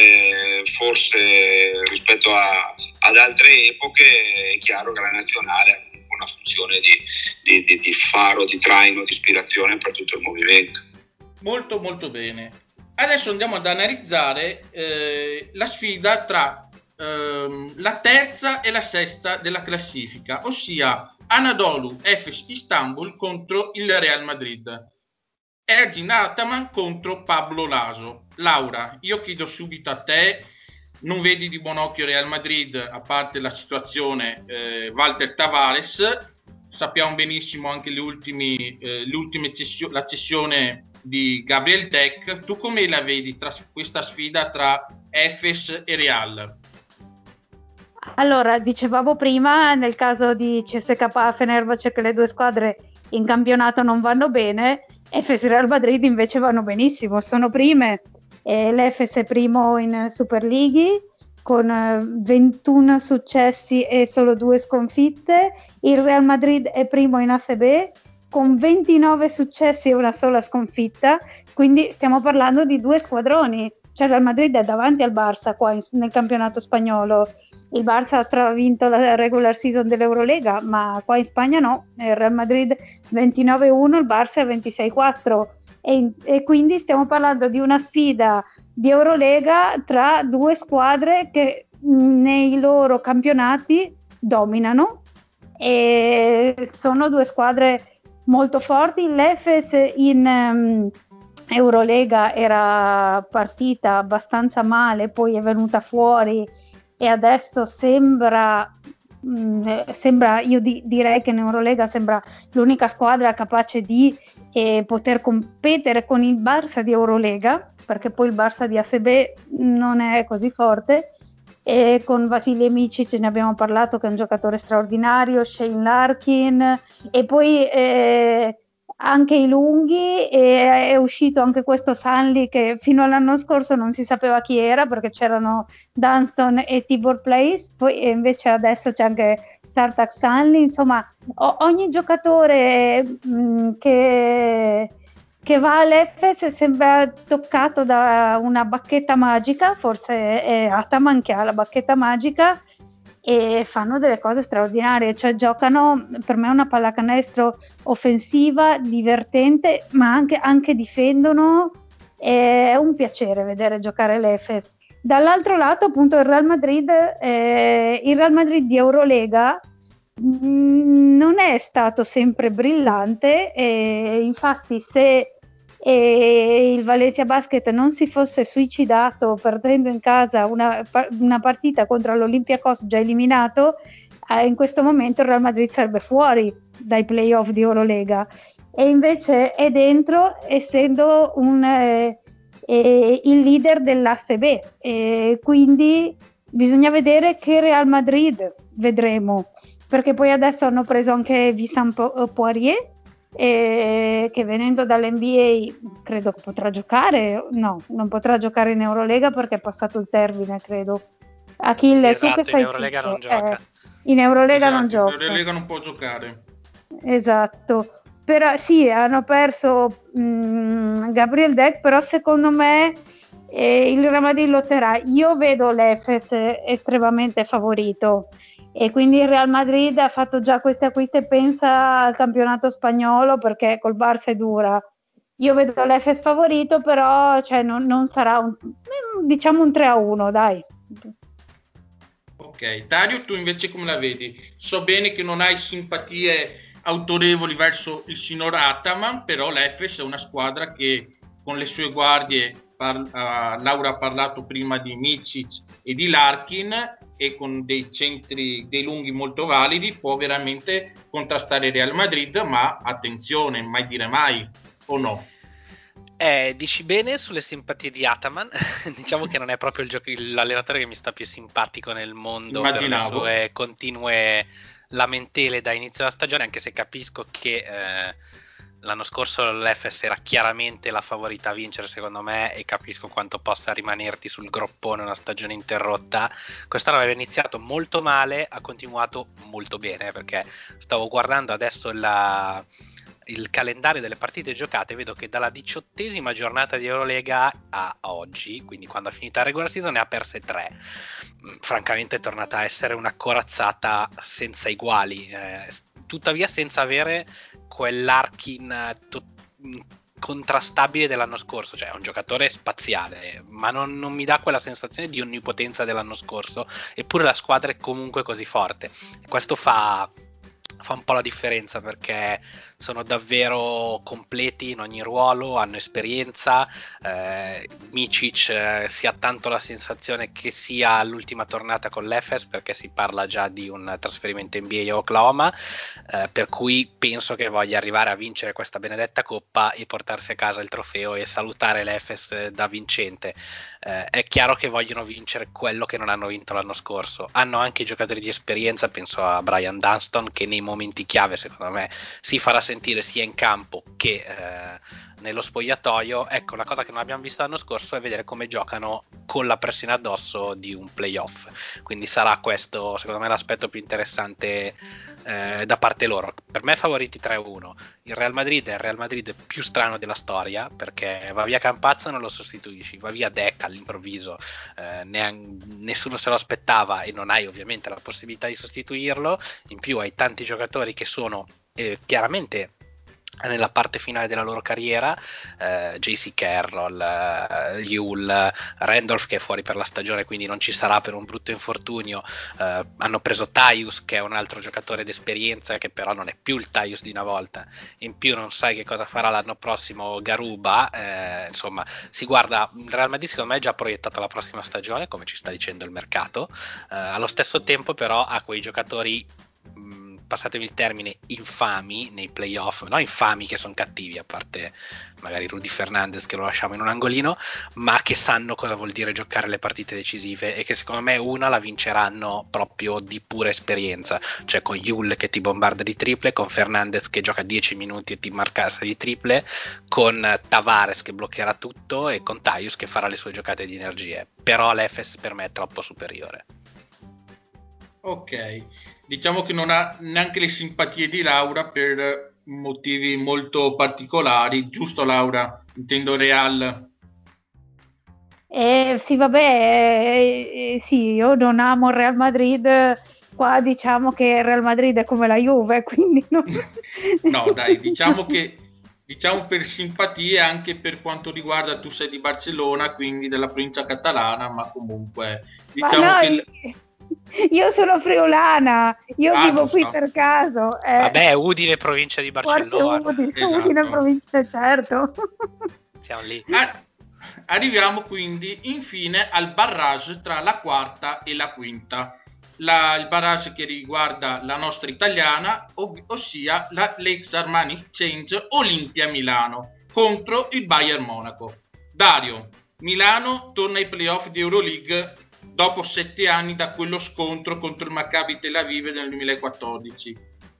forse rispetto ad altre epoche. È chiaro che la nazionale ha una funzione di faro, di traino, di ispirazione per tutto il movimento. Molto molto bene. Adesso andiamo ad analizzare la sfida tra la terza e la sesta della classifica, ossia Anadolu Efes Istanbul contro il Real Madrid, Ergin Ataman contro Pablo Laso. Laura, io chiedo subito a te, non vedi di buon occhio Real Madrid, a parte la situazione Walter Tavares, sappiamo benissimo anche la cessione di Gabriel Deck. Tu come la vedi tra questa sfida tra Efes e Real? Allora, dicevamo prima, nel caso di CSKA Fenerbahce, che le due squadre in campionato non vanno bene, Efes e Real Madrid invece vanno benissimo, sono prime. L'Efes è primo in Super League con 21 successi e solo 2 sconfitte, il Real Madrid è primo in ACB con 29 successi e una sola sconfitta, quindi stiamo parlando di 2 squadroni, cioè il Real Madrid è davanti al Barça qua nel campionato spagnolo. Il Barça ha stravinto la regular season dell'Eurolega, ma qua in Spagna no, il Real Madrid 29-1, il Barça è 26-4 e quindi stiamo parlando di una sfida di Eurolega tra 2 squadre che nei loro campionati dominano e sono 2 squadre molto forti. L'Efes in Eurolega era partita abbastanza male, poi è venuta fuori e adesso sembra io direi che in Eurolega sembra l'unica squadra capace di poter competere con il Barça di Eurolega, perché poi il Barça di ACB non è così forte, e con Vasilij Micic ne abbiamo parlato, che è un giocatore straordinario, Shane Larkin, e poi anche i lunghi, e è uscito anche questo Sanli che fino all'anno scorso non si sapeva chi era perché c'erano Dunston e Tibor Place, poi invece adesso c'è anche Sartak Sanli. Insomma, ogni giocatore che va all'Efes sembra toccato da una bacchetta magica, forse è Ataman che ha la bacchetta magica, e fanno delle cose straordinarie, cioè giocano, per me, una pallacanestro offensiva, divertente, ma anche difendono, è un piacere vedere giocare l'Efes. Dall'altro lato appunto il Real Madrid di Eurolega non è stato sempre brillante, e infatti se il Valencia Basket non si fosse suicidato perdendo in casa una partita contro l'Olympiacos già eliminato, in questo momento il Real Madrid sarebbe fuori dai playoff di Eurolega, e invece è dentro, essendo il leader dell'ACB, quindi bisogna vedere che Real Madrid vedremo, perché poi adesso hanno preso anche Vincent Poirier, che venendo dall'NBA credo che potrà giocare, no, non potrà giocare in Eurolega perché è passato il termine, credo. Achille, sì, esatto, tu che sai in Eurolega non gioca. In Eurolega non gioca. In Eurolega non può giocare. Esatto. Però sì, hanno perso Gabriel Deck, però secondo me il Real Madrid lotterà. Io vedo l'Efes estremamente favorito, e quindi il Real Madrid ha fatto già questi acquisti e pensa al campionato spagnolo, perché col Barça è dura. Io vedo l'Efes favorito, però cioè, non sarà diciamo un 3-1, dai. Ok, Dario, tu invece come la vedi? So bene che non hai simpatie autorevoli verso il signor Ataman, però l'Efes è una squadra che con le sue guardie, Laura ha parlato prima di Micic e di Larkin, e con dei centri, dei lunghi molto validi, può veramente contrastare Real Madrid, ma attenzione, mai dire mai, o no? Dici bene sulle simpatie di Ataman. Diciamo che non è proprio l'allenatore che mi sta più simpatico nel mondo. Immaginavo. Per le sue continue lamentele da inizio della stagione, anche se capisco che l'anno scorso l'Efes era chiaramente la favorita a vincere, secondo me, e capisco quanto possa rimanerti sul groppone una stagione interrotta. Quest'anno aveva iniziato molto male, ha continuato molto bene, perché stavo guardando adesso il calendario delle partite giocate, vedo che dalla 18ª giornata di Eurolega a oggi, quindi quando ha finito la regular season, ne ha perse 3. Francamente è tornata a essere una corazzata senza uguali, tuttavia senza avere quell'Arkin contrastabile dell'anno scorso, cioè è un giocatore spaziale, ma non mi dà quella sensazione di onnipotenza dell'anno scorso, eppure la squadra è comunque così forte. Questo fa un po' la differenza, perché sono davvero completi in ogni ruolo, hanno esperienza. Micic si ha tanto la sensazione che sia l'ultima tornata con l'Efes, perché si parla già di un trasferimento NBA a Oklahoma, per cui penso che voglia arrivare a vincere questa benedetta coppa e portarsi a casa il trofeo e salutare l'Efes da vincente. È chiaro che vogliono vincere quello che non hanno vinto l'anno scorso. Hanno anche giocatori di esperienza, penso a Brian Dunston, che nei momenti chiave secondo me si farà sentire sia in campo che nello spogliatoio. Ecco, la cosa che non abbiamo visto l'anno scorso è vedere come giocano con la pressione addosso di un playoff, quindi sarà questo secondo me l'aspetto più interessante da parte loro. Per me favoriti 3-1. Il Real Madrid è il Real Madrid più strano della storia, perché va via Campazzo e non lo sostituisci, va via Dec all'improvviso, nessuno se lo aspettava e non hai ovviamente la possibilità di sostituirlo. In più hai tanti giocatori che sono chiaramente nella parte finale della loro carriera, JC Carroll, Yule, Randolph che è fuori per la stagione, quindi non ci sarà per un brutto infortunio. Hanno preso Tyus, che è un altro giocatore d'esperienza, che però non è più il Tyus di una volta. In più non sai che cosa farà l'anno prossimo Garuba. Insomma, si guarda, il Real Madrid secondo me è già proiettato alla prossima stagione, come ci sta dicendo il mercato. Allo stesso tempo però ha quei giocatori, passatemi il termine, infami nei playoff, no infami che sono cattivi, a parte magari Rudy Fernandez che lo lasciamo in un angolino, ma che sanno cosa vuol dire giocare le partite decisive, e che secondo me una la vinceranno proprio di pura esperienza, cioè con Yule che ti bombarda di triple, con Fernandez che gioca 10 minuti e ti marca di triple, con Tavares che bloccherà tutto e con Tyus che farà le sue giocate di energie. Però l'Efes per me è troppo superiore. Ok, diciamo che non ha neanche le simpatie di Laura per motivi molto particolari, giusto Laura? Intendo Real. Sì, vabbè, sì, io non amo il Real Madrid, qua diciamo che il Real Madrid è come la Juve, quindi non... No, dai, diciamo per simpatie, anche per quanto riguarda, tu sei di Barcellona, quindi della provincia catalana, ma comunque diciamo ma no, che... Io sono friulana, io vivo giusto. Qui per caso. Vabbè, Udine, provincia di Barcellona. Udine, esatto. Udine, provincia, certo. Siamo lì. Arriviamo quindi infine al barrage tra la quarta e la quinta. Il barrage che riguarda la nostra italiana, ossia l'ex Armani Exchange Olimpia Milano contro il Bayern Monaco. Dario, Milano torna ai playoff di Euroleague dopo 7 anni da quello scontro contro il Maccabi Tel Aviv nel 2014.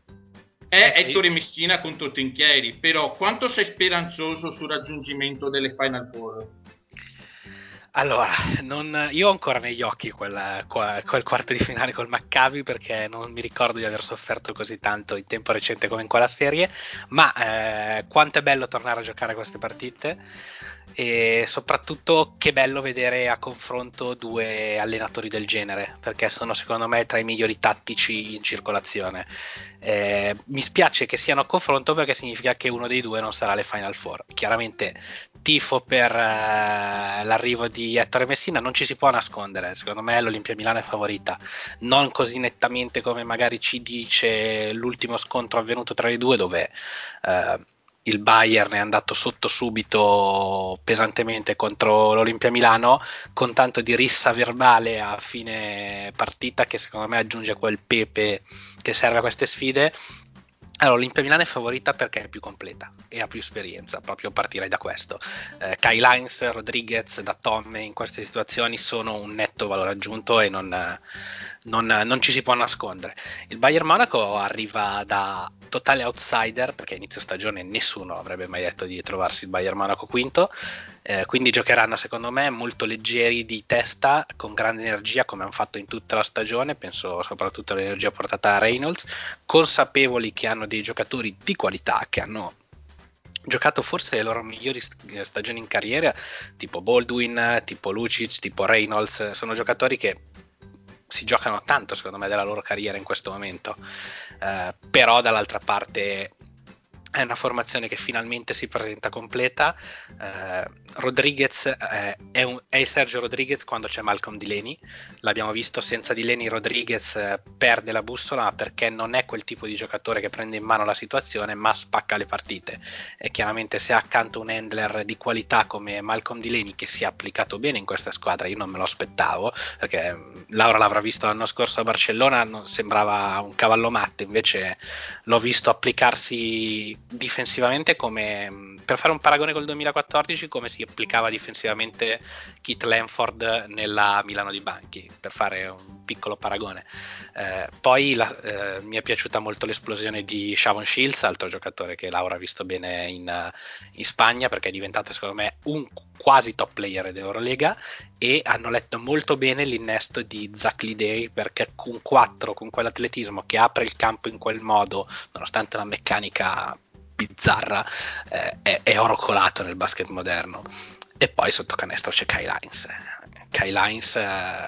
È Ettore Messina contro Trinchieri, però quanto sei speranzoso sul raggiungimento delle Final Four? Allora, io ho ancora negli occhi quel quarto di finale col Maccabi, perché non mi ricordo di aver sofferto così tanto in tempo recente come in quella serie, ma quanto è bello tornare a giocare queste partite, e soprattutto che bello vedere a confronto due allenatori del genere, perché sono secondo me tra i migliori tattici in circolazione. Mi spiace che siano a confronto, perché significa che uno dei due non sarà alle Final Four. Chiaramente tifo per l'arrivo di Ettore Messina, non ci si può nascondere, secondo me l'Olimpia Milano è favorita, non così nettamente come magari ci dice l'ultimo scontro avvenuto tra i due, dove il Bayern è andato sotto subito pesantemente contro l'Olimpia Milano, con tanto di rissa verbale a fine partita che secondo me aggiunge quel pepe che serve a queste sfide. Allora, l'Olimpia Milano è favorita perché è più completa e ha più esperienza, proprio partirei da questo. Kyle Hines, Rodriguez, Datom in queste situazioni sono un netto valore aggiunto e non ci si può nascondere. Il Bayern Monaco arriva da totale outsider, perché a inizio stagione nessuno avrebbe mai detto di trovarsi il Bayern Monaco quinto, quindi giocheranno secondo me molto leggeri di testa, con grande energia come hanno fatto in tutta la stagione, penso soprattutto all'energia portata da Reynolds, consapevoli che hanno dei giocatori di qualità che hanno giocato forse le loro migliori stagioni in carriera, tipo Baldwin, tipo Lucic, tipo Reynolds. Sono giocatori che si giocano tanto secondo me della loro carriera in questo momento, però dall'altra parte È una formazione che finalmente si presenta completa. Rodriguez è il Sergio Rodriguez quando c'è Malcolm Delaney. L'abbiamo visto senza Delaney, Rodriguez perde la bussola perché non è quel tipo di giocatore che prende in mano la situazione ma spacca le partite. E chiaramente se ha accanto un handler di qualità come Malcolm Delaney, che si è applicato bene in questa squadra, io non me lo aspettavo, perché Laura l'avrà visto l'anno scorso a Barcellona, non sembrava un cavallo matto, invece l'ho visto applicarsi difensivamente come, per fare un paragone col 2014, come si applicava difensivamente Keith Lanford nella Milano di Banchi, per fare un piccolo paragone. Poi mi è piaciuta molto l'esplosione di Shavon Shields, altro giocatore che Laura ha visto bene in Spagna, perché è diventato secondo me un quasi top player dell'Eurolega, e hanno letto molto bene l'innesto di Zach Lidey, perché con 4, con quell'atletismo che apre il campo in quel modo, nonostante la meccanica bizzarra, è oro colato nel basket moderno. E poi sotto canestro c'è Kyle Hines.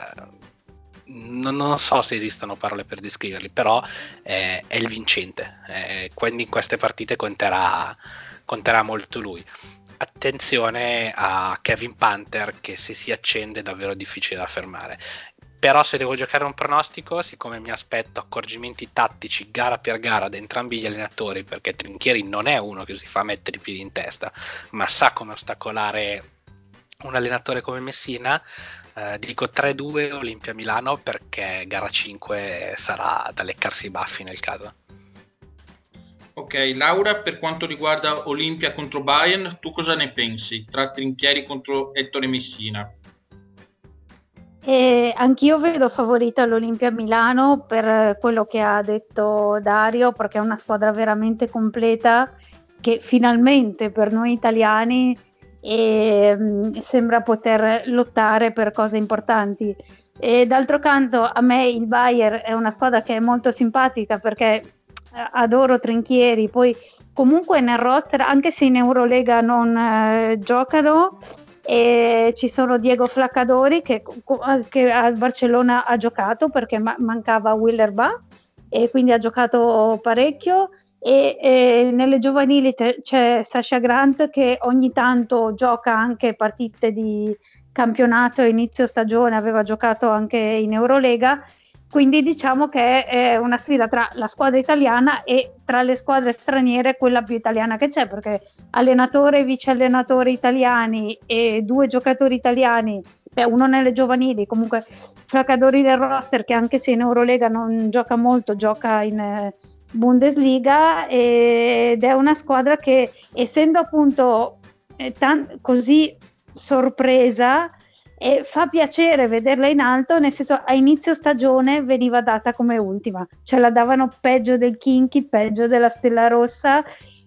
Non so se esistono parole per descriverli, però è il vincente, quindi in queste partite conterà molto lui. Attenzione a Kevin Panther, che se si accende è davvero difficile da fermare. Però se devo giocare un pronostico, siccome mi aspetto accorgimenti tattici gara per gara da entrambi gli allenatori, perché Trinchieri non è uno che si fa mettere i piedi in testa, ma sa come ostacolare un allenatore come Messina, dico 3-2 Olimpia Milano, perché gara 5 sarà da leccarsi i baffi nel caso. Ok, Laura, per quanto riguarda Olimpia contro Bayern, tu cosa ne pensi tra Trinchieri contro Ettore Messina? Anch'io vedo favorita l'Olimpia Milano per quello che ha detto Dario, perché è una squadra veramente completa che finalmente per noi italiani sembra poter lottare per cose importanti. E d'altro canto a me il Bayern è una squadra che è molto simpatica, perché adoro Trinchieri, poi comunque nel roster, anche se in Eurolega non giocano, e ci sono Diego Flaccadori che a Barcellona ha giocato perché mancava Willerba, e quindi ha giocato parecchio, e nelle giovanili c'è Sasha Grant che ogni tanto gioca anche partite di campionato a inizio stagione, aveva giocato anche in Eurolega. Quindi diciamo che è una sfida tra la squadra italiana e tra le squadre straniere quella più italiana che c'è, perché allenatore e vice allenatore italiani e 2 giocatori italiani, uno nelle giovanili, comunque Flaccadori del roster, che anche se in Eurolega non gioca molto, gioca in Bundesliga, ed è una squadra che, essendo appunto così sorpresa, e fa piacere vederla in alto, nel senso, a inizio stagione veniva data come ultima, cioè la davano peggio del Chimki, peggio della Stella Rossa,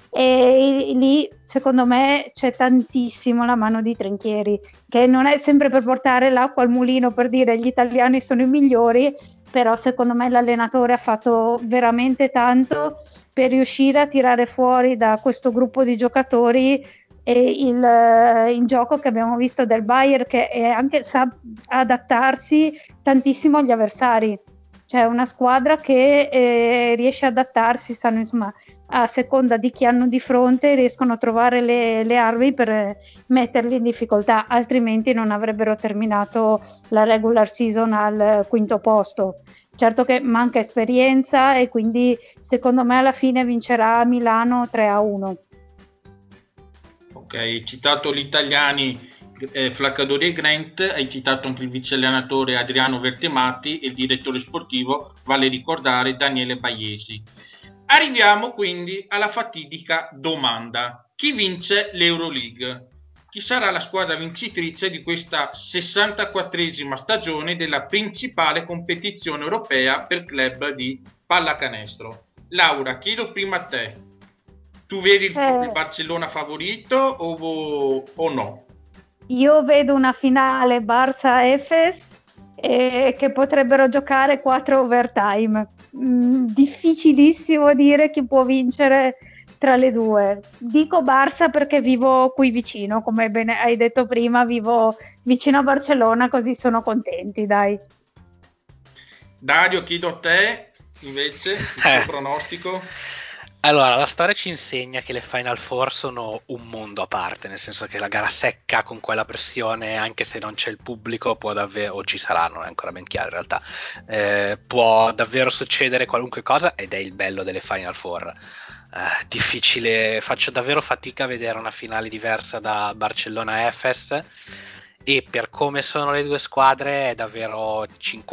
e lì secondo me c'è tantissimo la mano di Trinchieri, che non è sempre per portare l'acqua al mulino per dire gli italiani sono i migliori, però secondo me l'allenatore ha fatto veramente tanto per riuscire a tirare fuori da questo gruppo di giocatori e il gioco che abbiamo visto del Bayern, che anche sa adattarsi tantissimo agli avversari, cioè una squadra che riesce ad adattarsi, sanno, insomma, a seconda di chi hanno di fronte, riescono a trovare le armi per metterli in difficoltà, altrimenti non avrebbero terminato la regular season al 5° posto. Certo che manca esperienza, e quindi secondo me alla fine vincerà Milano 3-1. Ok, hai citato gli italiani Flaccadori e Grant, hai citato anche il vice allenatore Adriano Vertemati e il direttore sportivo, vale ricordare, Daniele Baiesi. Arriviamo quindi alla fatidica domanda: chi vince l'Euroleague? Chi sarà la squadra vincitrice di questa 64esima stagione della principale competizione europea per club di pallacanestro? Laura, chiedo prima a te. Tu vedi il Barcellona favorito o no? Io vedo una finale Barça-Efes che potrebbero giocare 4 overtime. Difficilissimo dire chi può vincere tra le due. Dico Barça perché vivo qui vicino, come bene hai detto prima, vivo vicino a Barcellona, così sono contenti, dai. Dario, chiedo a te invece il tuo pronostico. Allora, la storia ci insegna che le Final Four sono un mondo a parte, nel senso che la gara secca con quella pressione, anche se non c'è il pubblico, può davvero, o ci sarà, non è ancora ben chiaro in realtà, può davvero succedere qualunque cosa, ed è il bello delle Final Four. Difficile, faccio davvero fatica a vedere una finale diversa da Barcellona-Efes, e per come sono le due squadre è davvero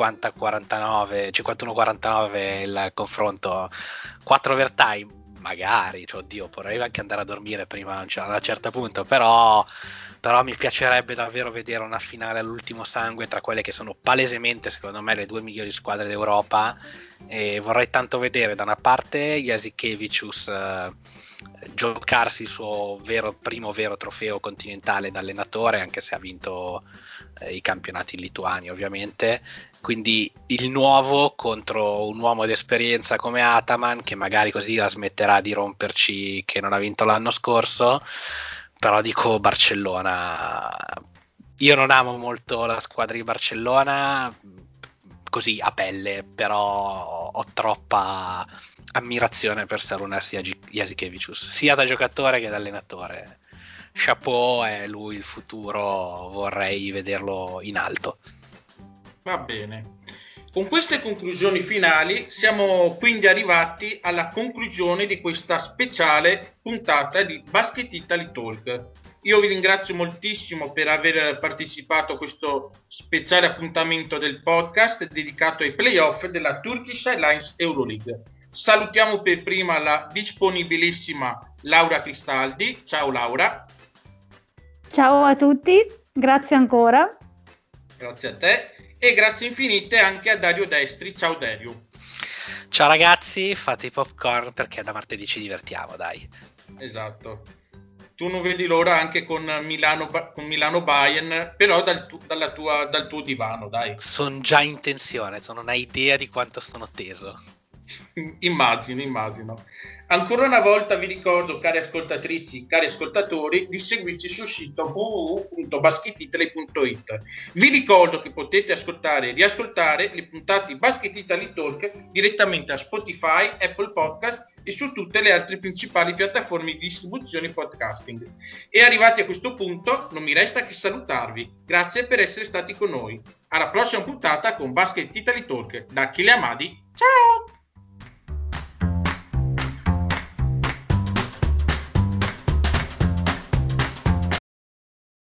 50-49, 51-49 il confronto, 4 overtime magari, cioè, oddio, vorrei anche andare a dormire prima a una certa punto, però mi piacerebbe davvero vedere una finale all'ultimo sangue tra quelle che sono palesemente, secondo me, le due migliori squadre d'Europa, e vorrei tanto vedere da una parte Jasikevicius giocarsi il suo primo vero trofeo continentale da allenatore, anche se ha vinto i campionati in Lituania ovviamente, quindi il nuovo contro un uomo d'esperienza come Ataman, che magari così la smetterà di romperci che non ha vinto l'anno scorso. Però dico Barcellona. Io non amo molto la squadra di Barcellona così a pelle, però ho troppa ammirazione per Sarunas Jasikevicius, sia da giocatore che da allenatore. Chapeau, è lui il futuro, vorrei vederlo in alto. Va bene. Con queste conclusioni finali siamo quindi arrivati alla conclusione di questa speciale puntata di Basket Italy Talk. Io vi ringrazio moltissimo per aver partecipato a questo speciale appuntamento del podcast dedicato ai playoff della Turkish Airlines Euroleague. Salutiamo per prima la disponibilissima Laura Cristaldi. Ciao Laura. Ciao a tutti, grazie ancora. Grazie a te. E grazie infinite anche a Dario Destri. Ciao Dario. Ciao ragazzi, fate i popcorn perché da martedì ci divertiamo, dai. Esatto. Tu non vedi l'ora anche con Milano Bayern, però dal tuo divano, dai. Sono già in tensione, non hai idea di quanto sono teso. Immagino. Ancora una volta vi ricordo, cari ascoltatrici, cari ascoltatori, di seguirci sul sito www.basketitaly.it. Vi ricordo che potete ascoltare e riascoltare le puntate di Basket Italy Talk direttamente a Spotify, Apple Podcast e su tutte le altre principali piattaforme di distribuzione podcasting. E arrivati a questo punto non mi resta che salutarvi. Grazie per essere stati con noi. Alla prossima puntata con Basket Italy Talk. Da Achille Amadi. Ciao!